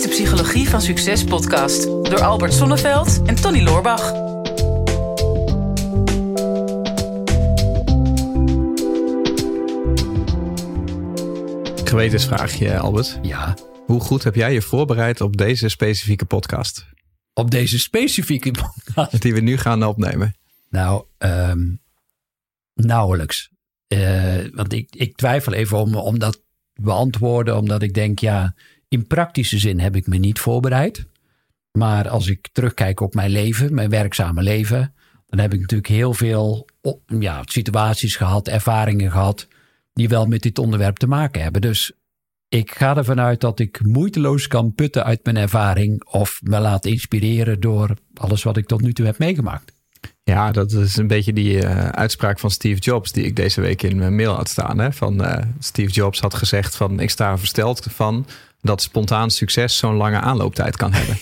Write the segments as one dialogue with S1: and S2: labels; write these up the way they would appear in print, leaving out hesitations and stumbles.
S1: de Psychologie van Succes podcast door Albert Sonneveld en Tony Loorbach.
S2: Gewetensvraagje, Albert.
S3: Ja.
S2: Hoe goed heb jij je voorbereid op deze specifieke podcast?
S3: Op deze specifieke podcast?
S2: Die we nu gaan opnemen.
S3: Nou, nauwelijks. Want ik twijfel even om dat te beantwoorden. Omdat ik denk, ja, in praktische zin heb ik me niet voorbereid. Maar als ik terugkijk op mijn leven, mijn werkzame leven, dan heb ik natuurlijk heel veel situaties gehad, ervaringen gehad, die wel met dit onderwerp te maken hebben. Dus ik ga ervan uit dat ik moeiteloos kan putten uit mijn ervaring of me laat inspireren door alles wat ik tot nu toe heb meegemaakt.
S2: Ja, dat is een beetje die uitspraak van Steve Jobs die ik deze week in mijn mail had staan. Hè? Steve Jobs had gezegd van, ik sta er versteld van dat spontaan succes zo'n lange aanlooptijd kan hebben.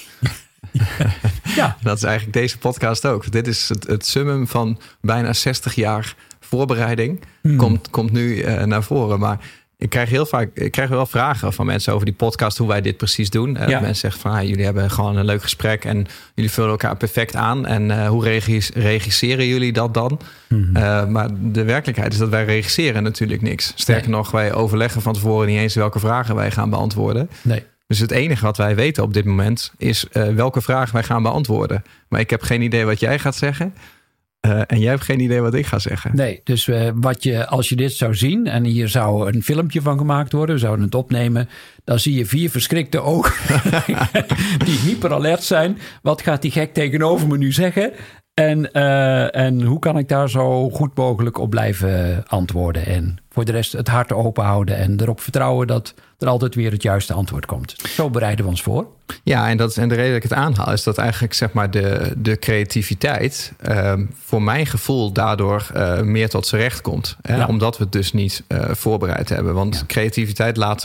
S3: Ja.
S2: Dat is eigenlijk deze podcast ook. Dit is het summum van bijna 60 jaar voorbereiding. Komt nu naar voren. Maar ik krijg wel vragen van mensen over die podcast, hoe wij dit precies doen. Mensen zeggen van, jullie hebben gewoon een leuk gesprek en jullie vullen elkaar perfect aan. En hoe regisseren jullie dat dan? Maar de werkelijkheid is dat wij regisseren natuurlijk niks. Sterker nog, wij overleggen van tevoren niet eens welke vragen wij gaan beantwoorden.
S3: Nee.
S2: Dus het enige wat wij weten op dit moment is welke vraag wij gaan beantwoorden. Maar ik heb geen idee wat jij gaat zeggen. En jij hebt geen idee wat ik ga zeggen.
S3: Nee, dus als je dit zou zien en hier zou een filmpje van gemaakt worden, we zouden het opnemen, dan zie je 4 verschrikte ogen die hyperalert zijn. Wat gaat die gek tegenover me nu zeggen? En hoe kan ik daar zo goed mogelijk op blijven antwoorden? En voor de rest het hart open houden en erop vertrouwen dat er altijd weer het juiste antwoord komt. Zo bereiden we ons voor.
S2: Ja, en de reden dat ik het aanhaal is dat eigenlijk zeg maar de creativiteit voor mijn gevoel daardoor meer tot z'n recht komt.
S3: Ja.
S2: Omdat we het dus niet voorbereid hebben. Want creativiteit laat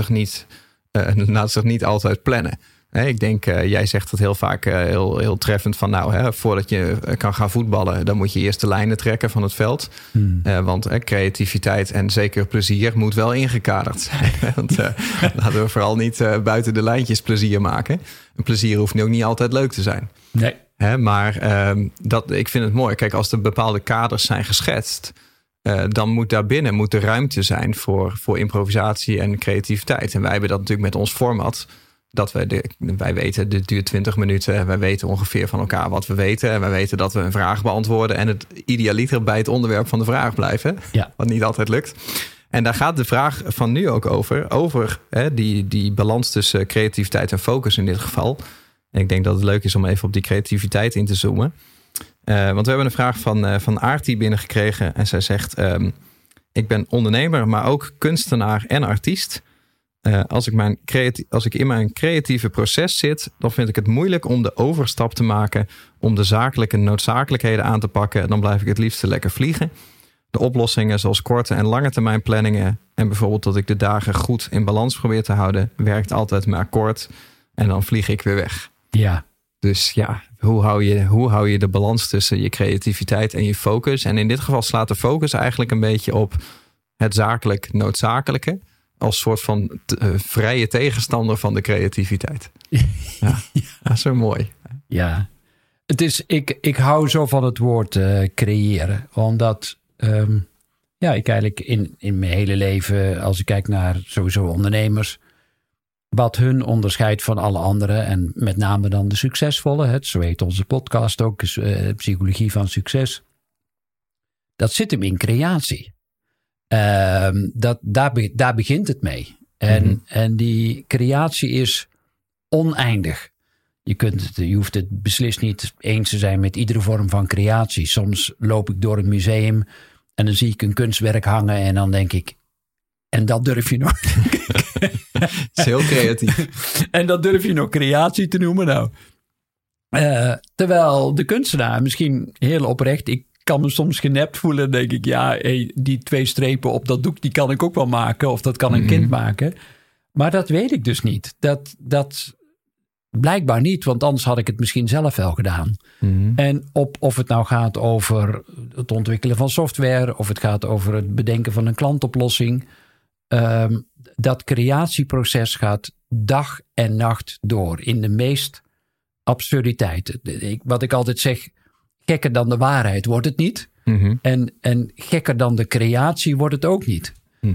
S2: zich niet altijd plannen. Ik denk, jij zegt het heel vaak heel treffend van voordat je kan gaan voetballen, dan moet je eerst de lijnen trekken van het veld. Want creativiteit en zeker plezier moet wel ingekaderd zijn. Want laten we vooral niet buiten de lijntjes plezier maken. En plezier hoeft ook niet altijd leuk te zijn.
S3: Nee.
S2: Maar ik vind het mooi. Kijk, als er bepaalde kaders zijn geschetst, dan moet daarbinnen de ruimte zijn voor improvisatie en creativiteit. En wij hebben dat natuurlijk met ons format. Dat wij weten, dit duurt 20 minuten. Wij weten ongeveer van elkaar wat we weten. En wij weten dat we een vraag beantwoorden. En het idealiter bij het onderwerp van de vraag blijven.
S3: Ja.
S2: Wat niet altijd lukt. En daar gaat de vraag van nu ook over. Over die balans tussen creativiteit en focus in dit geval. En ik denk dat het leuk is om even op die creativiteit in te zoomen. Want we hebben een vraag van Aarti binnengekregen. En zij zegt, ik ben ondernemer, maar ook kunstenaar en artiest. Als ik in mijn creatieve proces zit, dan vind ik het moeilijk om de overstap te maken, om de zakelijke noodzakelijkheden aan te pakken. Dan blijf ik het liefst lekker vliegen. De oplossingen zoals korte en lange termijn planningen en bijvoorbeeld dat ik de dagen goed in balans probeer te houden, werkt altijd maar kort en dan vlieg ik weer weg.
S3: Ja.
S2: Dus ja, hoe hou je de balans tussen je creativiteit en je focus? En in dit geval slaat de focus eigenlijk een beetje op het zakelijk noodzakelijke. Als soort van vrije tegenstander van de creativiteit. Ja, dat is zo mooi.
S3: Ja, het is, ik hou zo van het woord creëren. Omdat ik eigenlijk in mijn hele leven, als ik kijk naar sowieso ondernemers, wat hun onderscheidt van alle anderen, en met name dan de succesvolle, zo heet onze podcast ook, Psychologie van Succes. Dat zit hem in creatie. Daar begint het mee. En die creatie is oneindig. Je hoeft het beslist niet eens te zijn met iedere vorm van creatie. Soms loop ik door een museum en dan zie ik een kunstwerk hangen en dan denk ik, en dat durf je nog.
S2: Dat is heel creatief.
S3: En dat durf je nog creatie te noemen. Nou, terwijl de kunstenaar misschien heel oprecht, ik kan me soms genept voelen. Dan denk ik, die 2 strepen op dat doek, die kan ik ook wel maken. Of dat kan een kind maken. Maar dat weet ik dus niet. Dat blijkbaar niet, want anders had ik het misschien zelf wel gedaan. En of het nou gaat over het ontwikkelen van software, of het gaat over het bedenken van een klantoplossing. dat creatieproces gaat dag en nacht door. In de meest absurditeiten. Wat ik altijd zeg, gekker dan de waarheid wordt het niet.
S2: Mm-hmm.
S3: En gekker dan de creatie wordt het ook niet.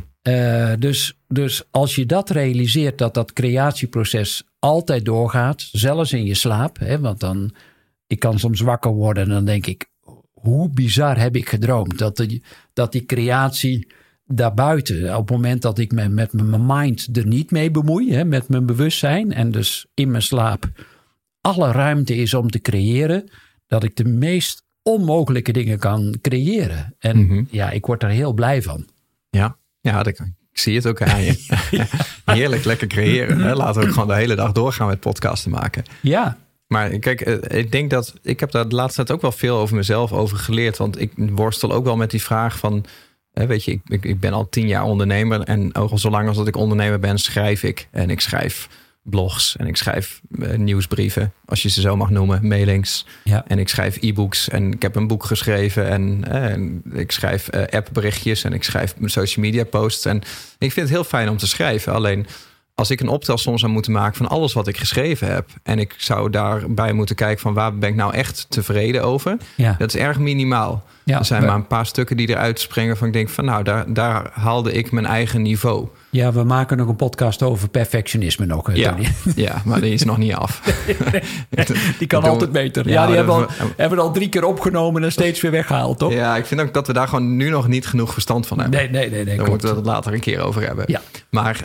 S3: Dus als je dat realiseert, dat creatieproces altijd doorgaat, zelfs in je slaap. Hè, want ik kan soms wakker worden en dan denk ik, hoe bizar heb ik gedroomd. Dat die creatie daarbuiten, op het moment dat ik me met mijn mind er niet mee bemoei, hè, met mijn bewustzijn en dus in mijn slaap alle ruimte is om te creëren, dat ik de meest onmogelijke dingen kan creëren. En ik word er heel blij van.
S2: Ja, ik zie het ook aan je. Heerlijk, lekker creëren. Hè? Laten we ook gewoon de hele dag doorgaan met podcasten maken.
S3: Ja.
S2: Maar kijk, ik denk dat ik heb daar de laatste tijd ook wel veel over mezelf over geleerd. Want ik worstel ook wel met die vraag van, weet je, ik ben al 10 jaar ondernemer. En ook al zolang als dat ik ondernemer ben, schrijf ik. En ik schrijf blogs en ik schrijf nieuwsbrieven, als je ze zo mag noemen, mailings. Ja. En ik schrijf e-books en ik heb een boek geschreven en ik schrijf appberichtjes en ik schrijf social media posts. En ik vind het heel fijn om te schrijven. Alleen als ik een optelsom zou moeten maken van alles wat ik geschreven heb en ik zou daarbij moeten kijken van waar ben ik nou echt tevreden over, dat is erg minimaal. Ja, er zijn maar een paar stukken die eruit springen van ik denk van nou, daar haalde ik mijn eigen niveau.
S3: Ja, we maken nog een podcast over perfectionisme nog.
S2: Ja, maar die is nog niet af.
S3: Die kan altijd beter. Ja, die hebben we al 3 keer opgenomen en steeds weer weggehaald, toch?
S2: Ja, ik vind ook dat we daar gewoon nu nog niet genoeg verstand van hebben.
S3: Nee.
S2: Daar moeten we het later een keer over hebben. Ja. Maar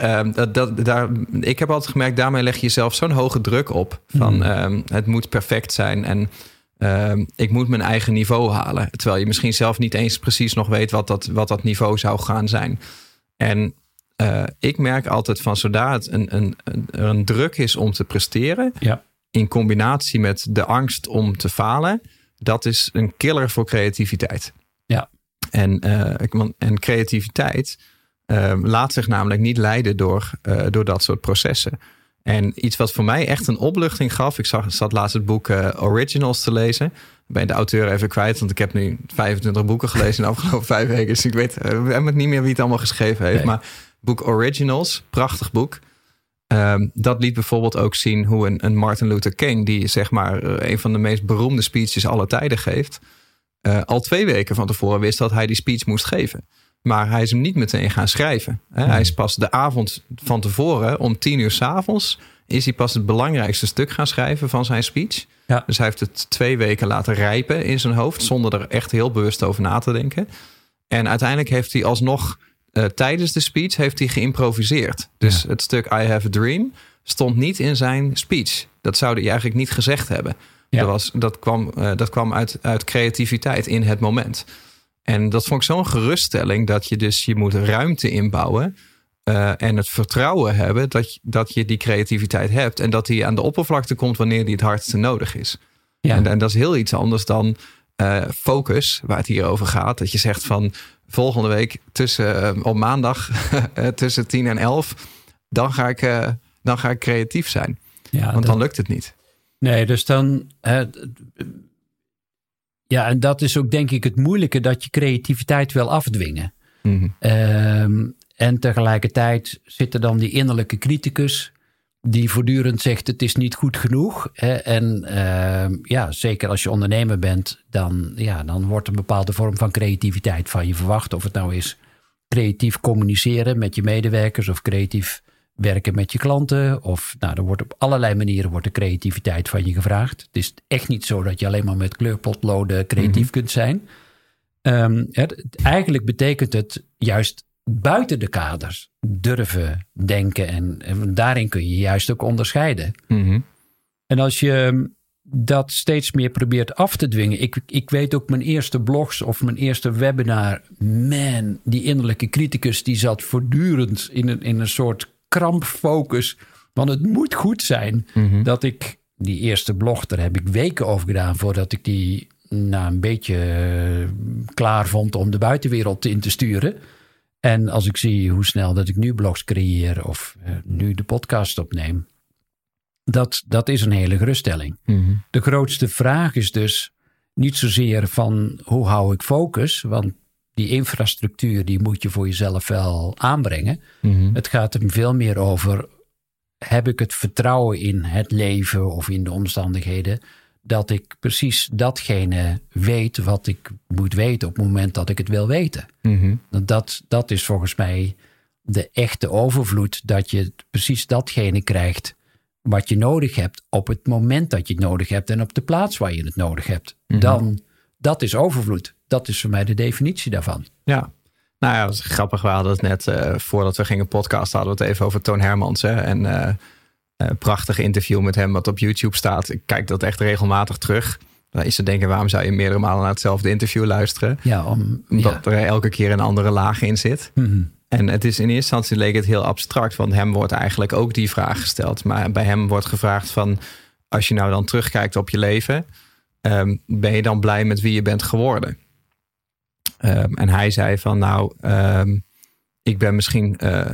S2: ik heb altijd gemerkt, daarmee leg je jezelf zo'n hoge druk op. Van het moet perfect zijn en ik moet mijn eigen niveau halen. Terwijl je misschien zelf niet eens precies nog weet wat dat niveau zou gaan zijn. En ik merk altijd van zodra het een druk is om te presteren, in combinatie met de angst om te falen, dat is een killer voor creativiteit. Ja. En creativiteit laat zich namelijk niet leiden door dat soort processen. En iets wat voor mij echt een opluchting gaf. Ik zat laatst het boek Originals te lezen. Ik ben de auteur even kwijt, want ik heb nu 25 boeken gelezen in de afgelopen 5 weken. Dus ik weet niet meer wie het allemaal geschreven heeft. Nee. Maar boek Originals, prachtig boek. Dat liet bijvoorbeeld ook zien hoe een Martin Luther King, die zeg maar een van de meest beroemde speeches aller tijden geeft, al 2 weken van tevoren wist dat hij die speech moest geven. Maar hij is hem niet meteen gaan schrijven. Hij is pas de avond van tevoren, om 10:00 s'avonds, is hij pas het belangrijkste stuk gaan schrijven van zijn speech. Ja. Dus hij heeft het 2 weken laten rijpen in zijn hoofd, zonder er echt heel bewust over na te denken. En uiteindelijk heeft hij alsnog tijdens de speech heeft hij geïmproviseerd. Dus het stuk I Have a Dream stond niet in zijn speech. Dat zou hij eigenlijk niet gezegd hebben. Ja. Dat kwam uit creativiteit in het moment. En dat vond ik zo'n geruststelling dat je moet ruimte inbouwen en het vertrouwen hebben dat je die creativiteit hebt en dat die aan de oppervlakte komt wanneer die het hardste nodig is. Ja. En dat is heel iets anders dan focus, waar het hier over gaat. Dat je zegt van volgende week op maandag tussen 10 en 11, dan ga ik creatief zijn. Ja, want dan lukt het niet.
S3: Nee, dus dan ja, en dat is ook denk ik het moeilijke, dat je creativiteit wil afdwingen. Mm-hmm. En tegelijkertijd zit er dan die innerlijke criticus die voortdurend zegt het is niet goed genoeg. En zeker als je ondernemer bent, dan wordt een bepaalde vorm van creativiteit van je verwacht. Of het nou is creatief communiceren met je medewerkers of creatief werken met je klanten. Of er wordt op allerlei manieren de creativiteit van je gevraagd. Het is echt niet zo dat je alleen maar met kleurpotloden creatief kunt zijn. Eigenlijk betekent het juist buiten de kaders durven denken. En daarin kun je juist ook onderscheiden. Mm-hmm. En als je dat steeds meer probeert af te dwingen. Ik weet ook mijn eerste blogs of mijn eerste webinar. Man, die innerlijke criticus die zat voortdurend in een soort krampfocus. Want het moet goed zijn dat ik die eerste blog, daar heb ik weken over gedaan voordat ik die een beetje klaar vond om de buitenwereld in te sturen. En als ik zie hoe snel dat ik nu blogs creëer of nu de podcast opneem, dat is een hele geruststelling. Mm-hmm. De grootste vraag is dus niet zozeer van hoe hou ik focus, want die infrastructuur, die moet je voor jezelf wel aanbrengen.
S2: Mhm.
S3: Het gaat er veel meer over, heb ik het vertrouwen in het leven of in de omstandigheden, dat ik precies datgene weet wat ik moet weten op het moment dat ik het wil weten.
S2: Mhm.
S3: Dat is volgens mij de echte overvloed, dat je precies datgene krijgt wat je nodig hebt op het moment dat je het nodig hebt en op de plaats waar je het nodig hebt. Dan, dat is overvloed. Dat is voor mij de definitie daarvan.
S2: Ja. Nou ja, dat is grappig. We hadden het net, voordat we gingen podcasten, hadden we het even over Toon Hermans. Hè? En een prachtig interview met hem wat op YouTube staat. Ik kijk dat echt regelmatig terug. Dan is te denken, waarom zou je meerdere malen naar hetzelfde interview luisteren?
S3: Ja,
S2: Omdat er elke keer een andere laag in zit.
S3: Mm-hmm.
S2: En het is in eerste instantie leek het heel abstract, want hem wordt eigenlijk ook die vraag gesteld. Maar bij hem wordt gevraagd van, als je nou dan terugkijkt op je leven, ben je dan blij met wie je bent geworden? En hij zei van, ik ben misschien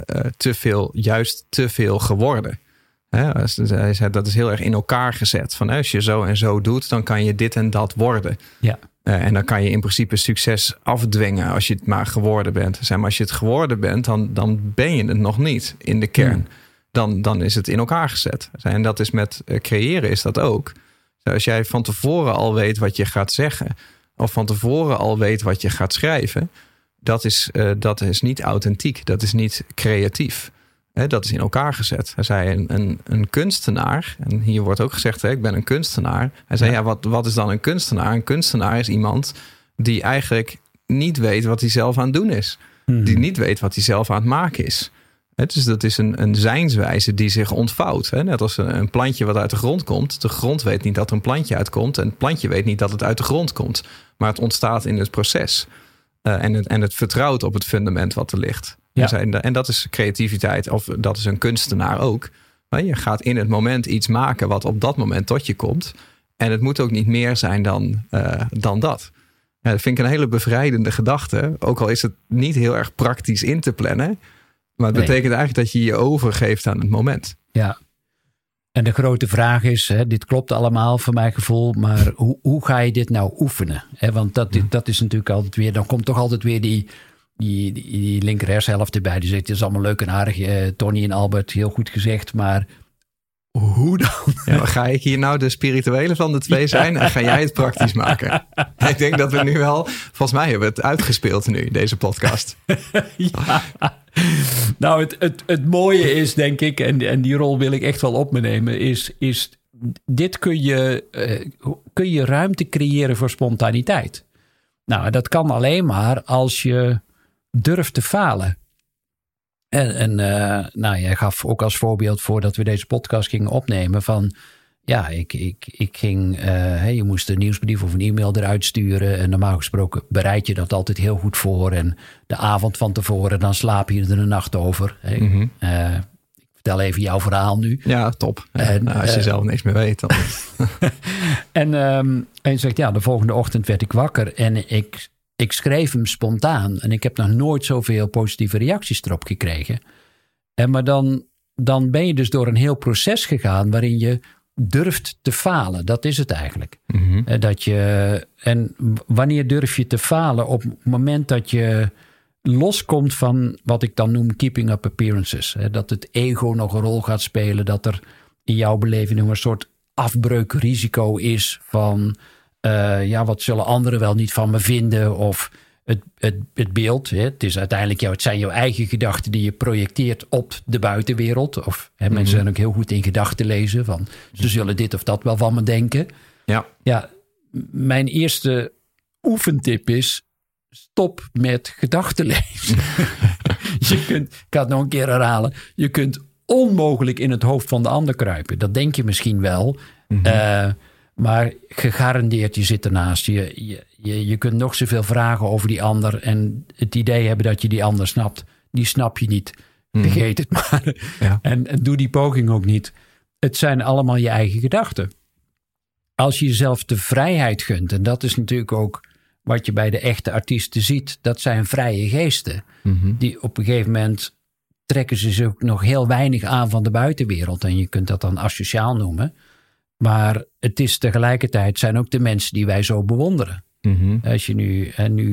S2: te veel geworden. Hij zei, dat is heel erg in elkaar gezet. Van, als je zo en zo doet, dan kan je dit en dat worden.
S3: Ja.
S2: En dan kan je in principe succes afdwingen als je het maar geworden bent. Zeg maar, als je het geworden bent, dan ben je het nog niet in de kern. Dan is het in elkaar gezet. En dat is met creëren is dat ook. Als jij van tevoren al weet wat je gaat zeggen, of van tevoren al weet wat je gaat schrijven, dat is niet authentiek. Dat is niet creatief. Dat is in elkaar gezet. Hij zei een kunstenaar, en hier wordt ook gezegd, ik ben een kunstenaar. Hij zei, wat is dan een kunstenaar? Een kunstenaar is iemand die eigenlijk niet weet wat hij zelf aan het doen is. Die niet weet wat hij zelf aan het maken is. Dus dat is een zijnswijze die zich ontvouwt. Net als een plantje wat uit de grond komt. De grond weet niet dat er een plantje uitkomt. En het plantje weet niet dat het uit de grond komt. Maar het ontstaat in het proces. En het vertrouwt op het fundament wat er ligt. Ja. En dat is creativiteit, of dat is een kunstenaar ook. Je gaat in het moment iets maken wat op dat moment tot je komt. En het moet ook niet meer zijn dan dat. Ja, dat vind ik een hele bevrijdende gedachte. Ook al is het niet heel erg praktisch in te plannen. Maar het betekent eigenlijk dat je je overgeeft aan het moment.
S3: Ja. En de grote vraag is, dit klopt allemaal voor mijn gevoel, maar hoe ga je dit nou oefenen? Want dat is natuurlijk altijd weer, dan komt toch altijd weer die linker hersenhelft erbij. Die zegt, het is allemaal leuk en aardig. Tony en Albert, heel goed gezegd, maar hoe dan?
S2: Ja, ga ik hier nou de spirituele van de twee zijn en ga jij het praktisch maken? Ik denk dat we nu wel, volgens mij hebben we het uitgespeeld nu, deze podcast.
S3: Ja. Nou, het mooie is, denk ik, en die rol wil ik echt wel op me nemen, is dit kun je ruimte creëren voor spontaniteit. Nou, dat kan alleen maar als je durft te falen. En jij gaf ook als voorbeeld voordat we deze podcast gingen opnemen van, ja, ik ging, je moest een nieuwsbrief of een e-mail eruit sturen. En normaal gesproken bereid je dat altijd heel goed voor. En de avond van tevoren, dan slaap je er een nacht over.
S2: Mm-hmm.
S3: Ik vertel even jouw verhaal nu.
S2: Ja, top. En, als je zelf niks meer weet. Dan.
S3: En je zegt, ja, de volgende ochtend werd ik wakker. En ik schreef hem spontaan. En ik heb nog nooit zoveel positieve reacties erop gekregen. Maar dan ben je dus door een heel proces gegaan waarin je durft te falen. Dat is het eigenlijk.
S2: Mm-hmm.
S3: En wanneer durf je te falen? Op het moment dat je loskomt van wat ik dan noem keeping up appearances. Dat het ego nog een rol gaat spelen. Dat er in jouw beleving een soort afbreukrisico is van wat zullen anderen wel niet van me vinden? Of het beeld. Het is uiteindelijk het zijn jouw eigen gedachten die je projecteert op de buitenwereld. Of mensen zijn ook heel goed in gedachten lezen. Van, ze zullen dit of dat wel van me denken. Ja, mijn eerste oefentip is, stop met gedachten lezen. Ik ga het nog een keer herhalen. Je kunt onmogelijk in het hoofd van de ander kruipen. Dat denk je misschien wel. Maar gegarandeerd, je zit ernaast. Je kunt nog zoveel vragen over die ander. En het idee hebben dat je die ander snapt. Die snap je niet. Vergeet het maar. Ja. En doe die poging ook niet. Het zijn allemaal je eigen gedachten. Als je jezelf de vrijheid gunt. En dat is natuurlijk ook wat je bij de echte artiesten ziet. Dat zijn vrije geesten. Die op een gegeven moment trekken ze zich ook nog heel weinig aan van de buitenwereld. En je kunt dat dan asociaal noemen. Maar het is tegelijkertijd zijn ook de mensen die wij zo bewonderen. Als je nu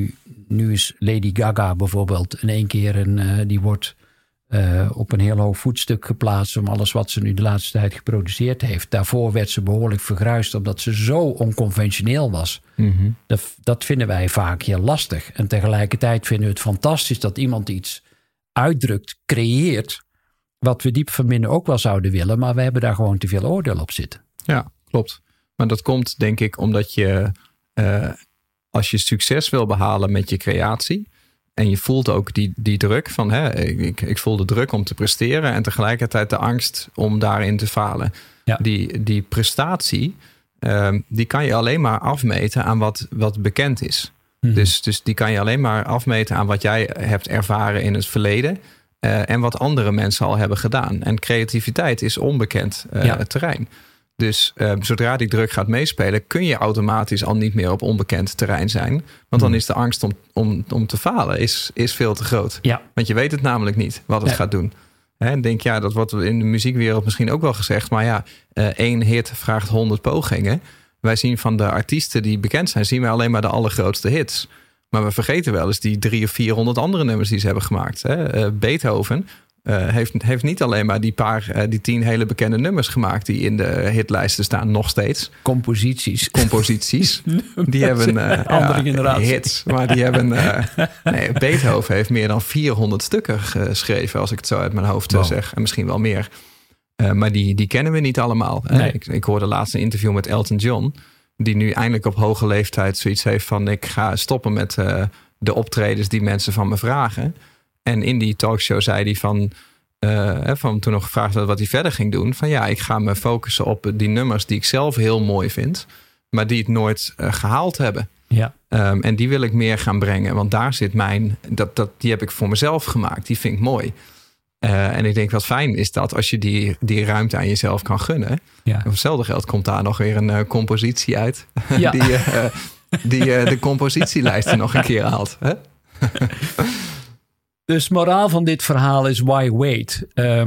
S3: nu is Lady Gaga bijvoorbeeld in één keer die wordt op een heel hoog voetstuk geplaatst om alles wat ze nu de laatste tijd geproduceerd heeft. Daarvoor werd ze behoorlijk vergruisd omdat ze zo onconventioneel was.
S2: Mm-hmm.
S3: Dat vinden wij vaak heel lastig. En tegelijkertijd vinden we het fantastisch dat iemand iets uitdrukt, creëert, wat we diep van binnen ook wel zouden willen, maar we hebben daar gewoon te veel oordeel op zitten.
S2: Ja, klopt. Maar dat komt denk ik omdat je als je succes wil behalen met je creatie en je voelt ook die druk van ik voel de druk om te presteren en tegelijkertijd de angst om daarin te falen. Ja. Die prestatie, die kan je alleen maar afmeten aan wat bekend is. Hmm. Dus die kan je alleen maar afmeten aan wat jij hebt ervaren in het verleden en wat andere mensen al hebben gedaan. En creativiteit is onbekend terrein. Dus zodra die druk gaat meespelen, kun je automatisch al niet meer op onbekend terrein zijn. Want dan is de angst om te falen is veel te groot. Ja. Want je weet het namelijk niet wat het gaat doen. En denk, dat wordt in de muziekwereld misschien ook wel gezegd. Maar 1 hit vraagt 100 pogingen. Wij zien van de artiesten die bekend zijn, zien we alleen maar de allergrootste hits. Maar we vergeten wel eens die 300 of 400 andere nummers die ze hebben gemaakt. Beethoven heeft niet alleen maar die 10 hele bekende nummers gemaakt die in de hitlijsten staan, nog steeds.
S3: Composities.
S2: Die hebben
S3: andere generatie.
S2: Hits. Maar die hebben. Beethoven heeft meer dan 400 stukken geschreven, als ik het zo uit mijn hoofd zeg. En misschien wel meer. Maar die kennen we niet allemaal. Nee. Ik hoorde laatst een interview met Elton John, die nu eindelijk op hoge leeftijd zoiets heeft van: ik ga stoppen met de optredens die mensen van me vragen. En in die talkshow zei hij van toen nog gevraagd werd wat hij verder ging doen, van ik ga me focussen op die nummers die ik zelf heel mooi vind, maar die het nooit gehaald hebben. Ja. En die wil ik meer gaan brengen, want daar zit die heb ik voor mezelf gemaakt. Die vind ik mooi. En ik denk wat fijn is dat als je die ruimte aan jezelf kan gunnen. Ja. Voor hetzelfde geld komt daar nog weer een compositie uit. Ja. die de compositielijsten nog een keer haalt. Hè?
S3: Dus moraal van dit verhaal is why wait?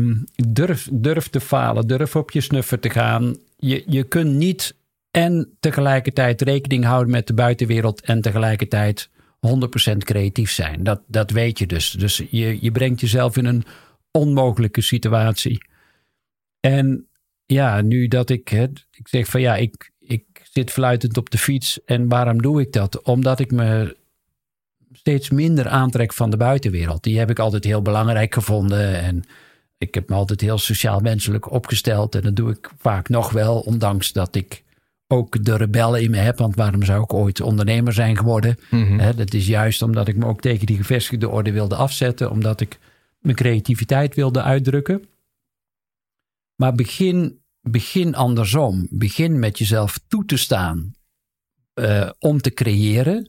S3: Durf te falen, durf op je snuffer te gaan. Je kunt niet en tegelijkertijd rekening houden met de buitenwereld en tegelijkertijd 100% creatief zijn. Dat weet je dus. Dus je brengt jezelf in een onmogelijke situatie. En nu dat ik zeg van ik zit fluitend op de fiets en waarom doe ik dat? Omdat ik me steeds minder aantrek van de buitenwereld. Die heb ik altijd heel belangrijk gevonden. En ik heb me altijd heel sociaal-menselijk opgesteld. En dat doe ik vaak nog wel, ondanks dat ik ook de rebellen in me heb. Want waarom zou ik ooit ondernemer zijn geworden? Mm-hmm. Dat is juist omdat ik me ook tegen die gevestigde orde wilde afzetten. Omdat ik mijn creativiteit wilde uitdrukken. Maar begin andersom. Begin met jezelf toe te staan om te creëren.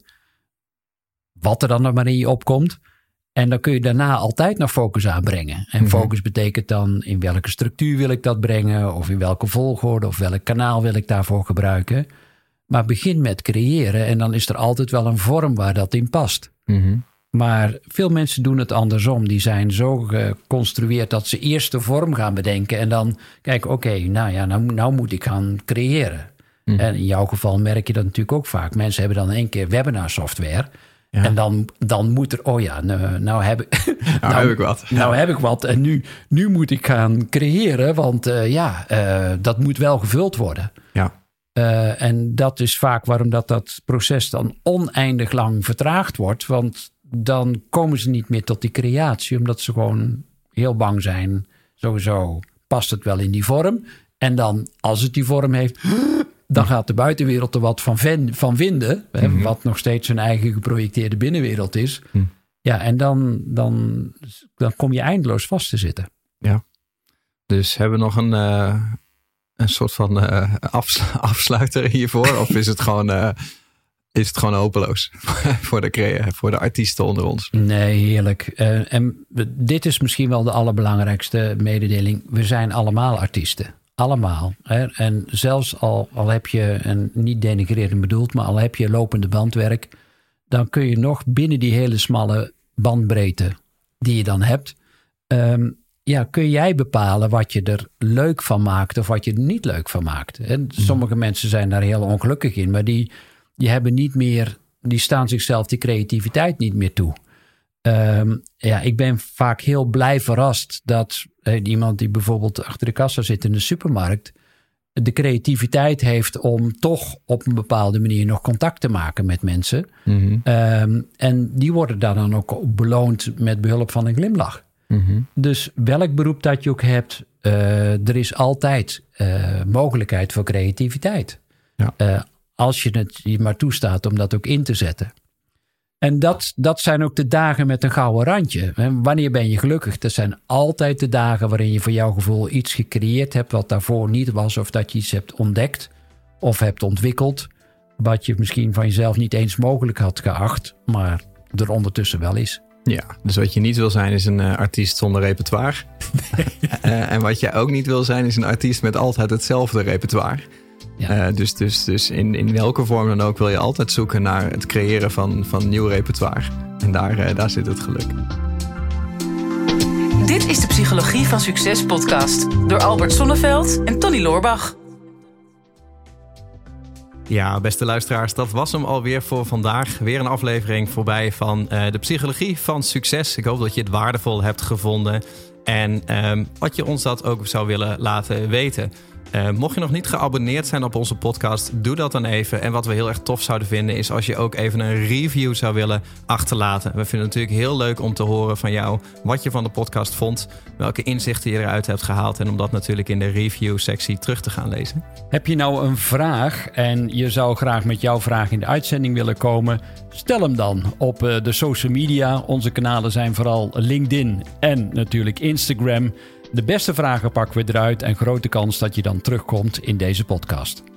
S3: Wat er dan nog maar in je opkomt. En dan kun je daarna altijd nog focus aanbrengen. En focus betekent dan in welke structuur wil ik dat brengen. Of in welke volgorde of welk kanaal wil ik daarvoor gebruiken. Maar begin met creëren. En dan is er altijd wel een vorm waar dat in past. Mm-hmm. Maar veel mensen doen het andersom. Die zijn zo geconstrueerd dat ze eerst de vorm gaan bedenken. En dan kijken, nou moet ik gaan creëren. Mm-hmm. En in jouw geval merk je dat natuurlijk ook vaak. Mensen hebben dan in één keer webinar software. Ja. En dan moet er, nou heb ik wat. Nou heb ik wat en nu moet ik gaan creëren, want dat moet wel gevuld worden. Ja. En dat is vaak waarom dat proces dan oneindig lang vertraagd wordt, want dan komen ze niet meer tot die creatie, omdat ze gewoon heel bang zijn. Sowieso past het wel in die vorm. En dan, als het die vorm heeft, dan gaat de buitenwereld er wat van vinden. Mm-hmm. Wat nog steeds zijn eigen geprojecteerde binnenwereld is. Mm. Ja, en dan kom je eindeloos vast te zitten. Ja. Dus hebben we nog een soort van afsluiter hiervoor? Of is het gewoon hopeloos voor de artiesten onder ons? Nee, heerlijk. En dit is misschien wel de allerbelangrijkste mededeling. We zijn allemaal artiesten. Allemaal. Hè? En zelfs al heb je, en niet denigrerend bedoeld, maar al heb je lopende bandwerk, dan kun je nog binnen die hele smalle bandbreedte die je dan hebt, kun jij bepalen wat je er leuk van maakt of wat je er niet leuk van maakt. En sommige mensen zijn daar heel ongelukkig in, maar die hebben niet meer die staan zichzelf die creativiteit niet meer toe. Ik ben vaak heel blij verrast dat iemand die bijvoorbeeld achter de kassa zit in de supermarkt de creativiteit heeft om toch op een bepaalde manier nog contact te maken met mensen. Mm-hmm. En die worden daar dan ook beloond met behulp van een glimlach. Mm-hmm. Dus welk beroep dat je ook hebt, er is altijd mogelijkheid voor creativiteit. Ja. Als je het je maar toestaat om dat ook in te zetten. En dat zijn ook de dagen met een gouden randje. Wanneer ben je gelukkig? Dat zijn altijd de dagen waarin je voor jouw gevoel iets gecreëerd hebt wat daarvoor niet was. Of dat je iets hebt ontdekt of hebt ontwikkeld. Wat je misschien van jezelf niet eens mogelijk had geacht, maar er ondertussen wel is.
S2: Ja, dus wat je niet wil zijn is een artiest zonder repertoire. En wat je ook niet wil zijn is een artiest met altijd hetzelfde repertoire. Ja. Dus in welke vorm dan ook wil je altijd zoeken naar het creëren van nieuw repertoire. En daar zit het geluk.
S1: Dit is de Psychologie van Succes podcast door Albert Sonneveld en Tony Loorbach.
S2: Ja, beste luisteraars, dat was hem alweer voor vandaag. Weer een aflevering voorbij van de Psychologie van Succes. Ik hoop dat je het waardevol hebt gevonden en wat je ons dat ook zou willen laten weten. Mocht je nog niet geabonneerd zijn op onze podcast, doe dat dan even. En wat we heel erg tof zouden vinden is als je ook even een review zou willen achterlaten. We vinden het natuurlijk heel leuk om te horen van jou wat je van de podcast vond, welke inzichten je eruit hebt gehaald en om dat natuurlijk in de review-sectie terug te gaan lezen.
S3: Heb je nou een vraag en je zou graag met jouw vraag in de uitzending willen komen? Stel hem dan op de social media. Onze kanalen zijn vooral LinkedIn en natuurlijk Instagram. De beste vragen pakken we eruit en grote kans dat je dan terugkomt in deze podcast.